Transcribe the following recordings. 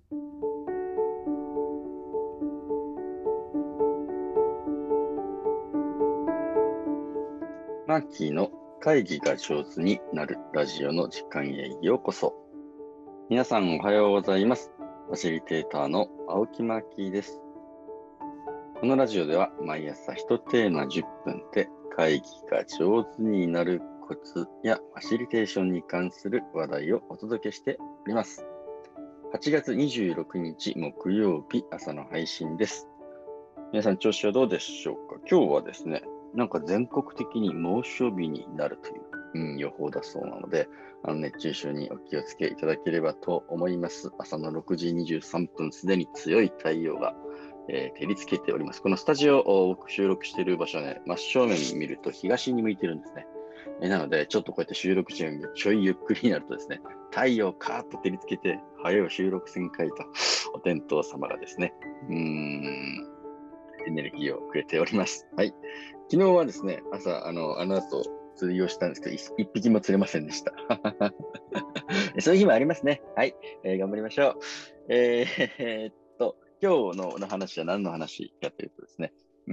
マーキーの会議が上手になるラジオの時間へようこそ。皆さんおはようございます。ファシリテーターの青木マーキーです。このラジオでは毎朝1テーマ10分で会議が上手になるコツやファシリテーションに関する話題をお届けしております。8月26日木曜日朝の配信です。皆さん調子はどうでしょうか。今日はですね、なんか全国的に猛暑日になるという、予報だそうなので、熱中症にお気をつけいただければと思います。朝の6時23分、すでに強い太陽が、照りつけております。このスタジオを僕収録している場所はね、真正面に見ると東に向いてるんですね。なので、ちょっとこうやって収録中にちょいゆっくりになるとですね、太陽カーッと照りつけて、早よ収録せんかいと、お天道様がですね、エネルギーをくれております。はい。昨日はですね、朝、あの後、釣りをしたんですけど、一匹も釣れませんでした。そういう日もありますね。はい。頑張りましょう。今日の話は何の話かというとですね、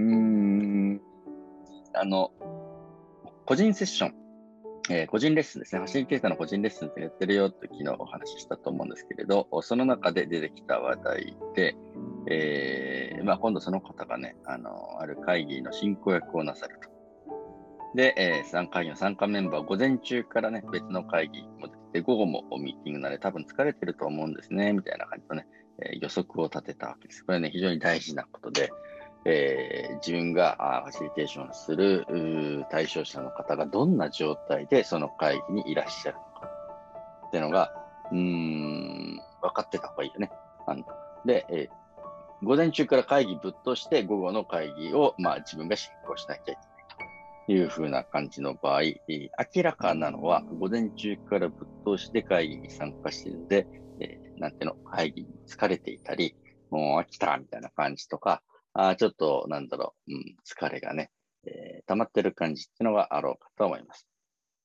個人セッション、個人レッスンですね。ファシリテーターの個人レッスンってやってるよって昨日お話ししたと思うんですけれど、その中で出てきた話題で、今度その方がね、ある会議の進行役をなさると。で、会議の参加メンバー、午前中からね、別の会議も出てて、午後もミーティングなので多分疲れてると思うんですね、みたいな感じのね、予測を立てたわけです。これね、非常に大事なことで、自分がファシリテーションする対象者の方がどんな状態でその会議にいらっしゃるのかっていうのが、分かってた方がいいよね。で、午前中から会議ぶっ通して、午後の会議を、自分が進行しなきゃいけないというふうな感じの場合、明らかなのは、午前中からぶっ通して会議に参加しているので、会議に疲れていたり、もう飽きたみたいな感じとか、ちょっと、疲れがね、溜まってる感じっていうのがあろうかと思います。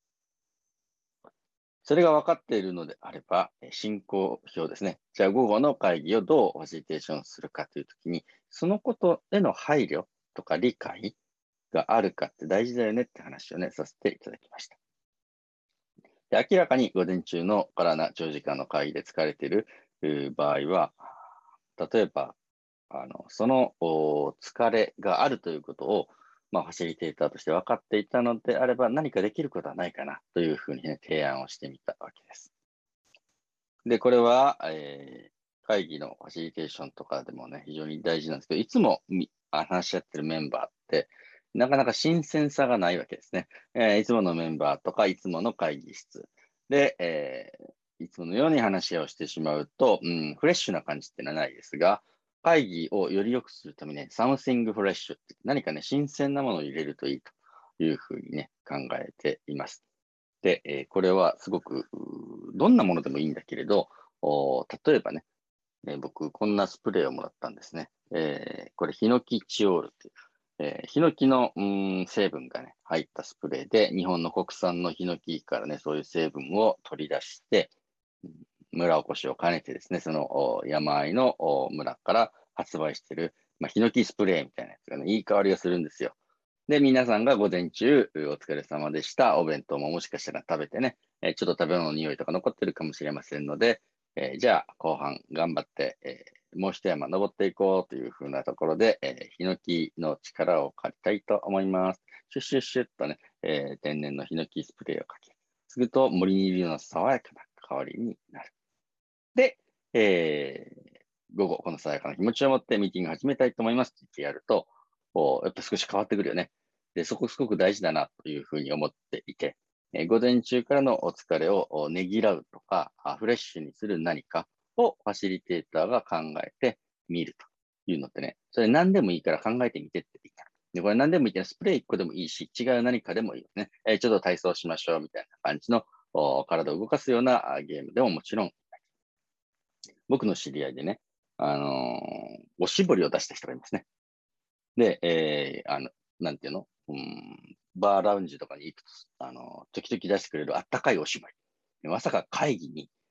それが分かっているのであれば、進行表ですね。じゃあ午後の会議をどうファシリテーションするかというときに、そのことへの配慮とか理解があるかって大事だよねって話をね、させていただきました。で、明らかに午前中のから長時間の会議で疲れている場合は、例えば、その疲れがあるということを、ファシリテーターとして分かっていたのであれば、何かできることはないかなというふうにね、提案をしてみたわけです。で、これは、会議のファシリテーションとかでもね、非常に大事なんですけど、いつも話し合ってるメンバーって、なかなか新鮮さがないわけですね。いつものメンバーとか、いつもの会議室で、いつものように話し合いをしてしまうと、フレッシュな感じってのはないですが、会議をより良くするためにね、something fresh って何かね、新鮮なものを入れるといいというふうにね、考えています。で、これはすごく、どんなものでもいいんだけれど、例えばね、僕、こんなスプレーをもらったんですね。これ、ヒノキチオールっていう、ヒノキの成分がね、入ったスプレーで、日本の国産のヒノキからね、そういう成分を取り出して、村おこしを兼ねてですね、その山あいの村から発売している、ヒノキスプレーみたいなやつがね、いい香りがするんですよ。で、皆さんが午前中、お疲れ様でした。お弁当ももしかしたら食べてね、ちょっと食べ物の匂いとか残ってるかもしれませんので、じゃあ、後半頑張って、もう一山登っていこうというふうなところで、ヒノキの力を借りたいと思います。シュッシュッシュッとね、天然のヒノキスプレーをかける。すると、森にいるような爽やかな香りになる。で、午後、この爽やかな気持ちを持ってミーティング始めたいと思いますって言ってやると、やっぱ少し変わってくるよね。で、そこすごく大事だなというふうに思っていて、午前中からのお疲れをねぎらうとか、フレッシュにする何かをファシリテーターが考えてみるというのってね、それ何でもいいから考えてみてって言った。で、これ何でもいいってスプレー1個でもいいし、違う何かでもいいですね。ちょっと体操しましょうみたいな感じの体を動かすようなゲームでももちろん、僕の知り合いでね、おしぼりを出した人がいますね。で、なんていうのバーラウンジとかに行くと、時々出してくれるあったかいおしぼり。まさか会議に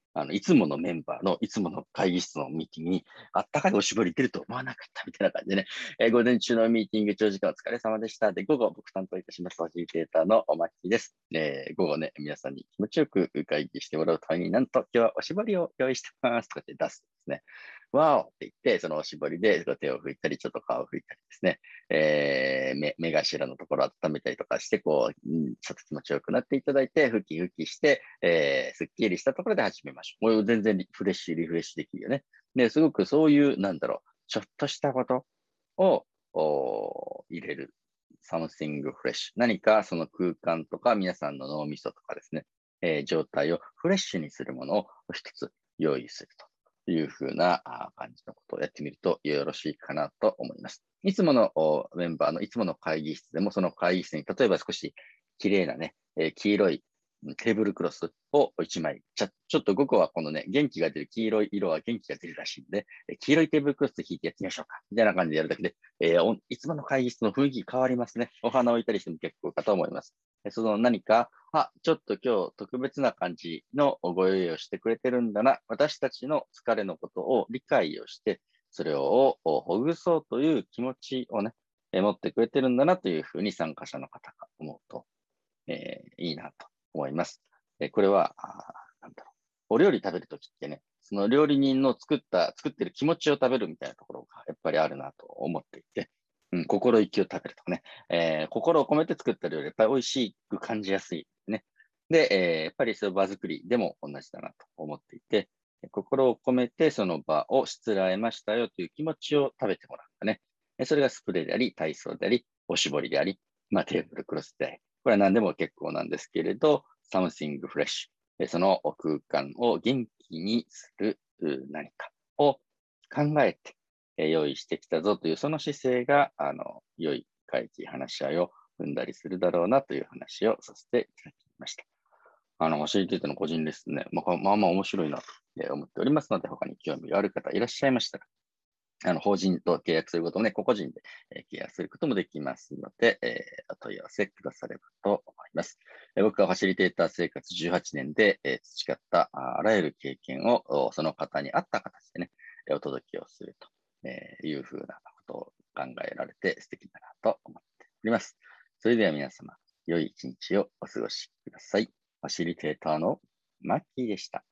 いつものメンバーのいつもの会議室のミーティングにあったかいおしぼり出ると思わなかったみたいな感じでね、午前中のミーティング長時間お疲れ様でした。で、午後僕担当いたしますファシリテーターのマッキーです。午後ね、皆さんに気持ちよく会議してもらうためになんと今日はおしぼりを用意してますとかって出すんですね。わーおって言って、そのおしぼりで手を拭いたり、ちょっと顔を拭いたりですね。目頭のところを温めたりとかして、こう、ちょっと気持ちよくなっていただいて、ふきふきして、すっきりしたところで始めましょう。もう全然リフレッシュできるよね。で、すごくそういう、ちょっとしたことを入れる。something fresh。何かその空間とか皆さんの脳みそとかですね、状態をフレッシュにするものを一つ用意するというふうな感じのことをやってみるとよろしいかなと思います。いつものメンバーのいつもの会議室でもその会議室に例えば少し綺麗なね、黄色いテーブルクロスを1枚。ちょっと午後はこのね、元気が出る黄色い色は元気が出るらしいんで、黄色いテーブルクロスで引いてやってみましょうか。みたいな感じでやるだけで、いつもの会議室の雰囲気変わりますね。お花を置いたりしても結構かと思います。その何か、ちょっと今日特別な感じのご用意をしてくれてるんだな。私たちの疲れのことを理解をして、それをほぐそうという気持ちをね、持ってくれてるんだなというふうに参加者の方が思うと、いいなと思います。これは、なんだろう。お料理食べるときってね、その料理人の作ってる気持ちを食べるみたいなところがやっぱりあるなと思っていて、心意気を食べるとかね、心を込めて作った料理、やっぱり美味しく感じやすいね。で、やっぱりその場作りでも同じだなと思っていて、心を込めてその場をしつらえましたよという気持ちを食べてもらうね。それがスプレーであり、体操であり、おしぼりであり、テーブルクロスであり、これは何でも結構なんですけれど、something fresh。その空間を元気にする何かを考えて用意してきたぞという、その姿勢が、良い会議話し合いを踏んだりするだろうなという話をさせていただきました。教えていたの個人レッスンね、まあまあ面白いなと思っておりますので、他に興味がある方いらっしゃいましたら、法人と契約することもね、個々人で契約することもできますので、お問い合わせくださればと思います。僕はファシリテーター生活18年で培ったあらゆる経験をその方に合った形でね、お届けをするというふうなことを考えられて素敵だなと思っております。それでは皆様、良い一日をお過ごしください。ファシリテーターのマッキーでした。